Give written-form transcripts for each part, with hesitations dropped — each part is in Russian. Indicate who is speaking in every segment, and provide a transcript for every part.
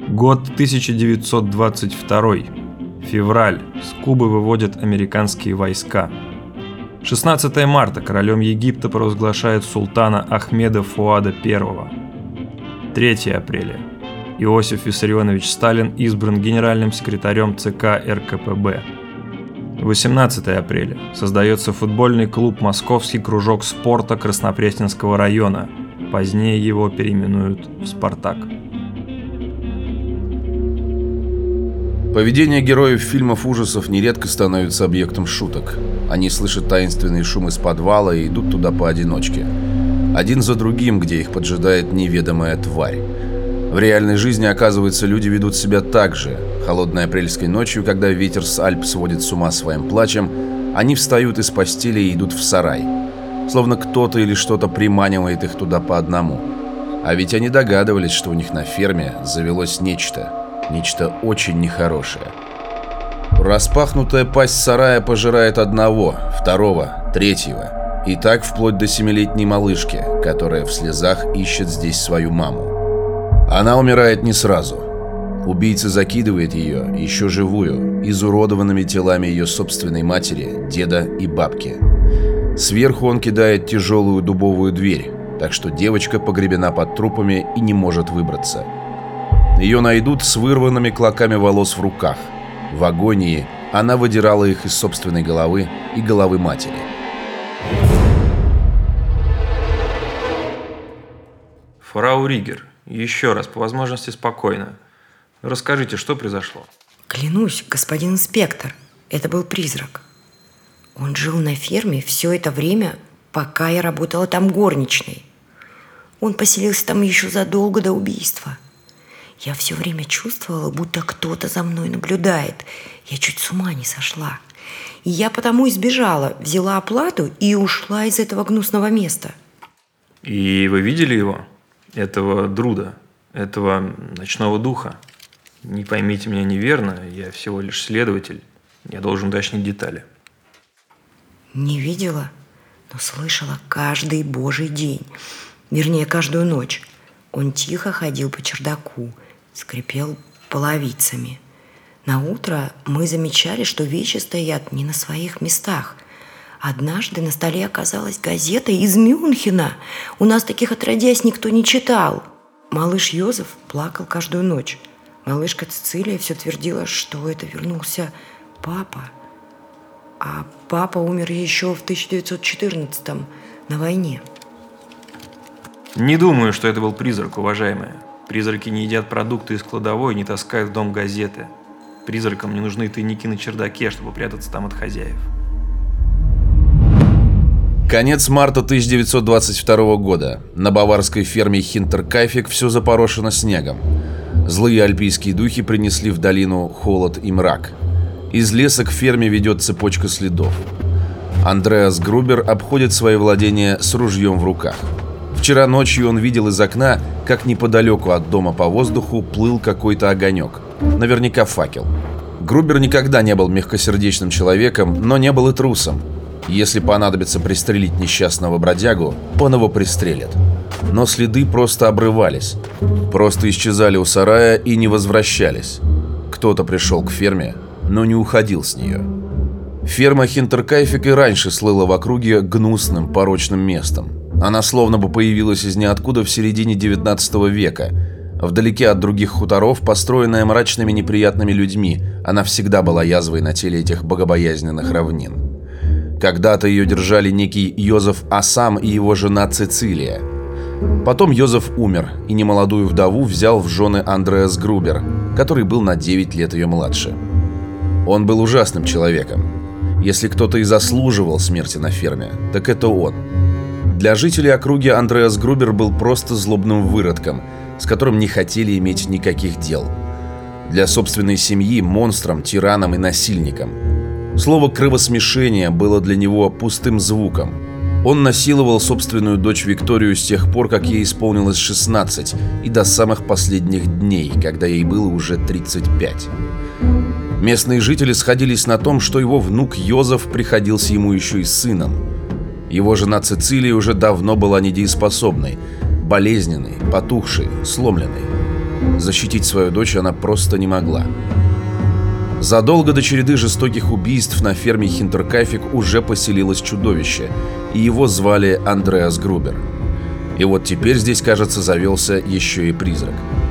Speaker 1: Год 1922. Февраль. С Кубы выводят американские войска. 16 марта. Королем Египта провозглашают султана Ахмеда Фуада I. 3 апреля. Иосиф Виссарионович Сталин избран генеральным секретарем ЦК РКПБ. 18 апреля. Создается футбольный клуб «Московский кружок спорта» Краснопресненского района. Позднее его переименуют в «Спартак».
Speaker 2: Поведение героев фильмов ужасов нередко становится объектом шуток. Они слышат таинственный шум из подвала и идут туда поодиночке. Один за другим, где их поджидает неведомая тварь. В реальной жизни, оказывается, люди ведут себя так же. Холодной апрельской ночью, когда ветер с Альп сводит с ума своим плачем, они встают из постели и идут в сарай. Словно кто-то или что-то приманивает их туда по одному. А ведь они догадывались, что у них на ферме завелось нечто очень нехорошее. Распахнутая пасть сарая пожирает одного, второго, третьего. И так вплоть до 7-летней малышки, которая в слезах ищет здесь свою маму. Она умирает не сразу. Убийца закидывает ее, еще живую, изуродованными телами ее собственной матери, деда и бабки. Сверху он кидает тяжелую дубовую дверь, так что девочка погребена под трупами и не может выбраться. Ее найдут с вырванными клоками волос в руках. В агонии она выдирала их из собственной головы и головы матери.
Speaker 1: Фрау Ригер, еще раз, по возможности спокойно. Расскажите, что произошло?
Speaker 3: Клянусь, господин инспектор, это был призрак. Он жил на ферме все это время, пока я работала там горничной. Он поселился там еще задолго до убийства. Я все время чувствовала, будто кто-то за мной наблюдает. Я чуть с ума не сошла. И я потому и сбежала, взяла оплату и ушла из этого гнусного места.
Speaker 1: И вы видели его? Этого Друда? Этого ночного духа? Не поймите меня неверно, я всего лишь следователь. Я должен уточнить детали.
Speaker 3: Не видела, но слышала каждый божий день. Вернее, каждую ночь. Он тихо ходил по чердаку, скрипел половицами. Наутро мы замечали, что вещи стоят не на своих местах. Однажды на столе оказалась газета из Мюнхена. У нас таких отродясь никто не читал. Малыш Йозеф плакал каждую ночь. Малышка Цицилия все твердила, что это вернулся папа. А папа умер еще в 1914-м на войне.
Speaker 1: Не думаю, что это был призрак, уважаемая. Призраки не едят продукты из кладовой и не таскают в дом газеты. Призракам не нужны тайники на чердаке, чтобы прятаться там от хозяев.
Speaker 2: Конец марта 1922 года. На баварской ферме Хинтеркайфик все запорошено снегом. Злые альпийские духи принесли в долину холод и мрак. Из леса к ферме ведет цепочка следов. Андреас Грубер обходит свои владения с ружьем в руках. Вчера ночью он видел из окна, как неподалеку от дома по воздуху плыл какой-то огонек. Наверняка факел. Грубер никогда не был мягкосердечным человеком, но не был и трусом. Если понадобится пристрелить несчастного бродягу, он его пристрелит. Но следы просто обрывались. Просто исчезали у сарая и не возвращались. Кто-то пришел к ферме, но не уходил с нее. Ферма Хинтеркайфик и раньше слыла в округе гнусным, порочным местом. Она словно бы появилась из ниоткуда в середине 19 века. Вдалеке от других хуторов, построенная мрачными неприятными людьми, она всегда была язвой на теле этих богобоязненных равнин. Когда-то ее держали некий Йозеф Асам и его жена Цицилия. Потом Йозеф умер, и немолодую вдову взял в жены Андреас Грубер, который был на 9 лет ее младше. Он был ужасным человеком. Если кто-то и заслуживал смерти на ферме, так это он. Для жителей округи Андреас Грубер был просто злобным выродком, с которым не хотели иметь никаких дел. Для собственной семьи – монстром, тираном и насильником. Слово «кровосмешение» было для него пустым звуком. Он насиловал собственную дочь Викторию с тех пор, как ей исполнилось 16, и до самых последних дней, когда ей было уже 35. Местные жители сходились на том, что его внук Йозеф приходился ему еще и сыном. Его жена Цицилия уже давно была недееспособной, болезненной, потухшей, сломленной. Защитить свою дочь она просто не могла. Задолго до череды жестоких убийств на ферме Хинтеркайфик уже поселилось чудовище, и его звали Андреас Грубер. И вот теперь здесь, кажется, завелся еще и призрак.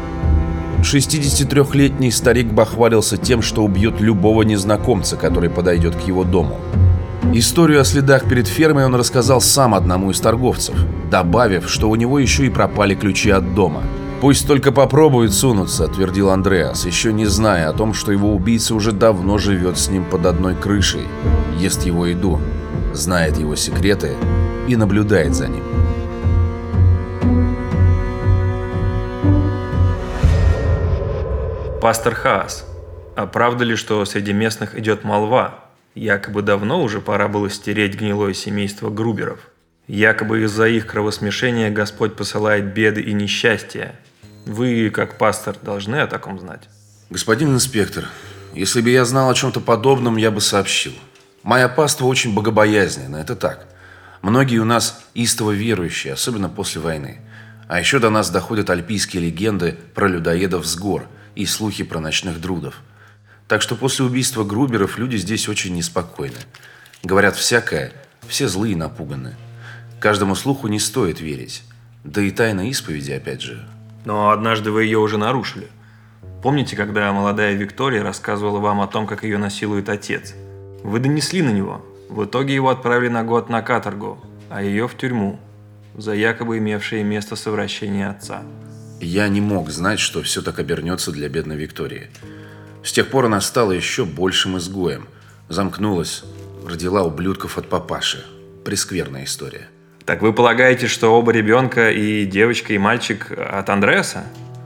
Speaker 2: 63-летний старик бахвалился тем, что убьет любого незнакомца, который подойдет к его дому. Историю о следах перед фермой он рассказал сам одному из торговцев, добавив, что у него еще и пропали ключи от дома. «Пусть только попробует сунуться», — твердил Андреас, еще не зная о том, что его убийца уже давно живет с ним под одной крышей, ест его еду, знает его секреты и наблюдает за ним.
Speaker 1: Пастор Хаас, а правда ли, что среди местных идет молва? Якобы давно уже пора было стереть гнилое семейство Груберов. Якобы из-за их кровосмешения Господь посылает беды и несчастья. Вы, как пастор, должны о таком знать.
Speaker 2: Господин инспектор, если бы я знал о чем-то подобном, я бы сообщил. Моя паства очень богобоязненна, это так. Многие у нас истово верующие, особенно после войны. А еще до нас доходят альпийские легенды про людоедов с гор и слухи про ночных друдов. Так что после убийства Груберов люди здесь очень неспокойны. Говорят всякое, все злые и напуганы. Каждому слуху не стоит верить. Да и тайна исповеди, опять же.
Speaker 1: Но однажды вы ее уже нарушили. Помните, когда молодая Виктория рассказывала вам о том, как ее насилует отец? Вы донесли на него. В итоге его отправили на год на каторгу, а ее в тюрьму за якобы имевшее место совращение отца.
Speaker 2: Я не мог знать, что все так обернется для бедной Виктории. С тех пор она стала еще большим изгоем. Замкнулась, родила ублюдков от папаши. Прескверная история.
Speaker 1: Так вы полагаете, что оба ребенка, и девочка, и мальчик, от Андреаса?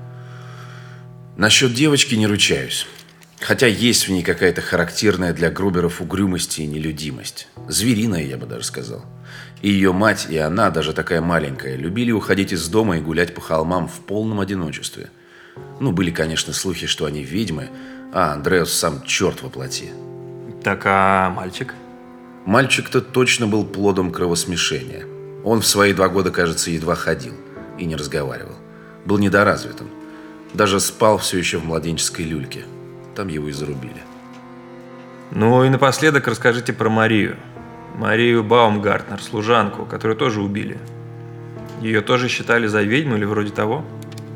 Speaker 2: Насчет девочки не ручаюсь. Хотя есть в ней какая-то характерная для Груберов угрюмость и нелюдимость. Звериная, я бы даже сказал. И ее мать, и она, даже такая маленькая, любили уходить из дома и гулять по холмам в полном одиночестве. Ну, были, конечно, слухи, что они ведьмы, а Андреас сам черт во плоти.
Speaker 1: Так, а мальчик?
Speaker 2: Мальчик-то точно был плодом кровосмешения. Он в свои 2 года, кажется, едва ходил и не разговаривал. Был недоразвитым. Даже спал все еще в младенческой люльке. Там его и зарубили.
Speaker 1: Ну и напоследок расскажите про Марию. Марию Баумгартнер, служанку, которую тоже убили. Ее тоже считали за ведьму или вроде того?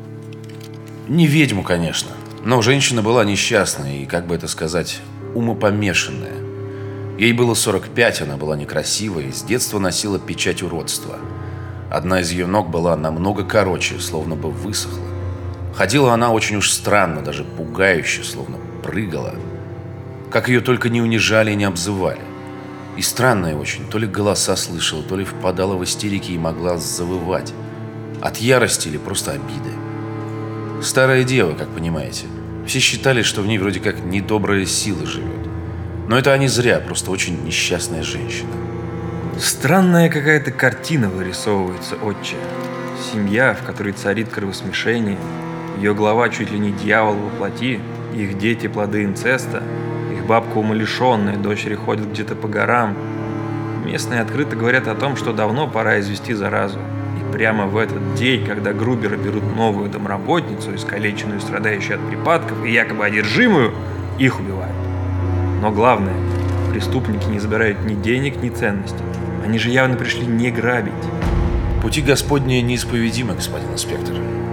Speaker 2: Не ведьму, конечно. Но женщина была несчастная и, как бы это сказать, умопомешанная. Ей было 45, она была некрасивая и с детства носила печать уродства. Одна из ее ног была намного короче, словно бы высохла. Ходила она очень уж странно, даже пугающе, словно прыгала. Как ее только не унижали и не обзывали. И странная очень, то ли голоса слышала, то ли впадала в истерики и могла завывать. От ярости или просто обиды. Старая дева, как понимаете. Все считали, что в ней вроде как недобрая сила живет. Но это они зря, просто очень несчастная женщина.
Speaker 1: Странная какая-то картина вырисовывается, отче. Семья, в которой царит кровосмешение, ее глава чуть ли не дьявол во плоти, их дети плоды инцеста, их бабка умалишенная, дочери ходят где-то по горам. Местные открыто говорят о том, что давно пора извести заразу. И прямо в этот день, когда Груберы берут новую домработницу, искалеченную, страдающую от припадков и якобы одержимую, их убивают. Но главное, преступники не забирают ни денег, ни ценностей. Они же явно пришли не грабить.
Speaker 2: Пути Господни неисповедимы, господин инспектор.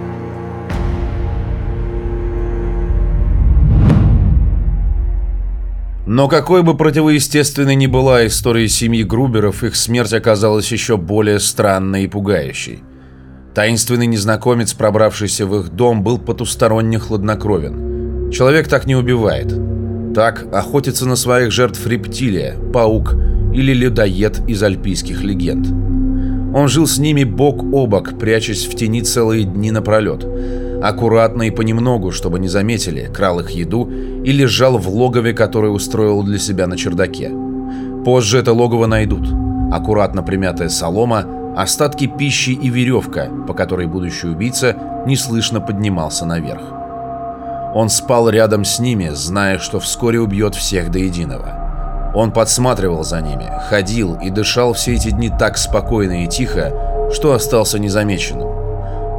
Speaker 2: Но какой бы противоестественной ни была история семьи Груберов, их смерть оказалась еще более странной и пугающей. Таинственный незнакомец, пробравшийся в их дом, был потусторонне хладнокровен. Человек так не убивает. Так охотится на своих жертв рептилия, паук или людоед из альпийских легенд. Он жил с ними бок о бок, прячась в тени целые дни напролет. Аккуратно и понемногу, чтобы не заметили, крал их еду и лежал в логове, которое устроил для себя на чердаке. Позже это логово найдут. Аккуратно примятая солома, остатки пищи и веревка, по которой будущий убийца неслышно поднимался наверх. Он спал рядом с ними, зная, что вскоре убьет всех до единого. Он подсматривал за ними, ходил и дышал все эти дни так спокойно и тихо, что остался незамеченным.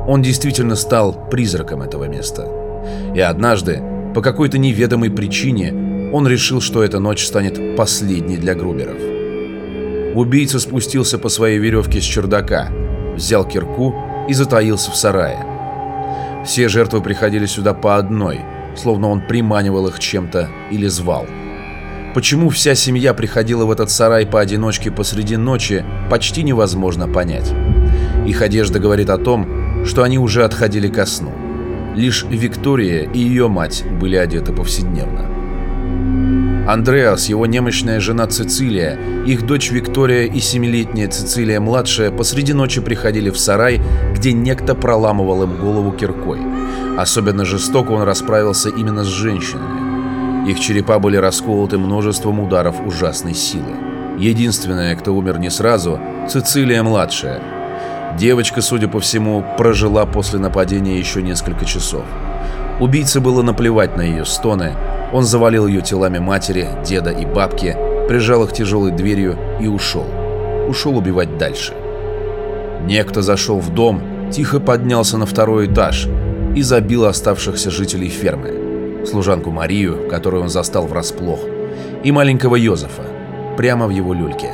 Speaker 2: Он действительно стал призраком этого места. И однажды, по какой-то неведомой причине, он решил, что эта ночь станет последней для Груберов. Убийца спустился по своей веревке с чердака, взял кирку и затаился в сарае. Все жертвы приходили сюда по одной, словно он приманивал их чем-то или звал. Почему вся семья приходила в этот сарай поодиночке посреди ночи, почти невозможно понять. Их одежда говорит о том, что они уже отходили ко сну. Лишь Виктория и ее мать были одеты повседневно. Андреас, его немощная жена Цицилия, их дочь Виктория и 7-летняя Цицилия-младшая посреди ночи приходили в сарай, где некто проламывал им голову киркой. Особенно жестоко он расправился именно с женщинами. Их черепа были расколоты множеством ударов ужасной силы. Единственная, кто умер не сразу, Цицилия-младшая. Девочка, судя по всему, прожила после нападения еще несколько часов. Убийце было наплевать на ее стоны. Он завалил ее телами матери, деда и бабки, прижал их тяжелой дверью и ушел. Ушел убивать дальше. Некто зашел в дом, тихо поднялся на 2-й этаж и забил оставшихся жителей фермы. Служанку Марию, которую он застал врасплох, и маленького Йозефа, прямо в его люльке.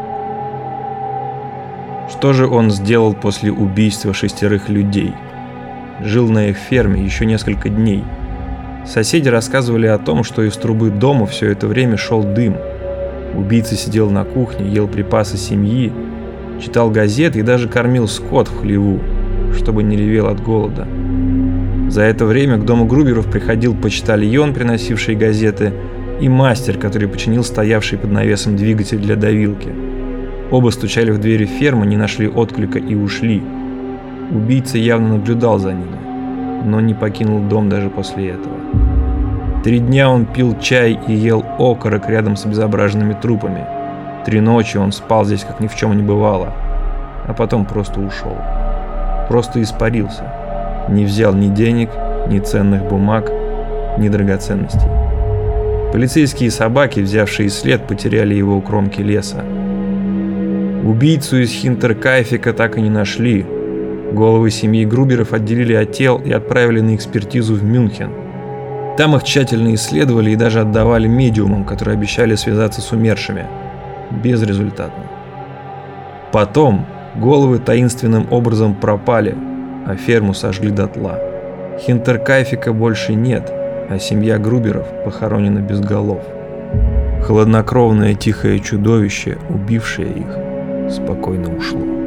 Speaker 1: Что же он сделал после убийства 6 людей? Жил на их ферме еще несколько дней. Соседи рассказывали о том, что из трубы дома все это время шел дым. Убийца сидел на кухне, ел припасы семьи, читал газеты и даже кормил скот в хлеву, чтобы не ревел от голода. За это время к дому Груберов приходил почтальон, приносивший газеты, и мастер, который починил стоявший под навесом двигатель для давилки. Оба стучали в двери фермы, не нашли отклика и ушли. Убийца явно наблюдал за ними, но не покинул дом даже после этого. 3 дня он пил чай и ел окорок рядом с обезображенными трупами. 3 ночи он спал здесь, как ни в чем не бывало, а потом просто ушел. Просто испарился. Не взял ни денег, ни ценных бумаг, ни драгоценностей. Полицейские собаки, взявшие след, потеряли его у кромки леса. Убийцу из Хинтеркайфика так и не нашли. Головы семьи Груберов отделили от тел и отправили на экспертизу в Мюнхен. Там их тщательно исследовали и даже отдавали медиумам, которые обещали связаться с умершими. Безрезультатно. Потом головы таинственным образом пропали, а ферму сожгли дотла. Хинтеркайфика больше нет, а семья Груберов похоронена без голов. Хладнокровное тихое чудовище, убившее их, спокойно ушло.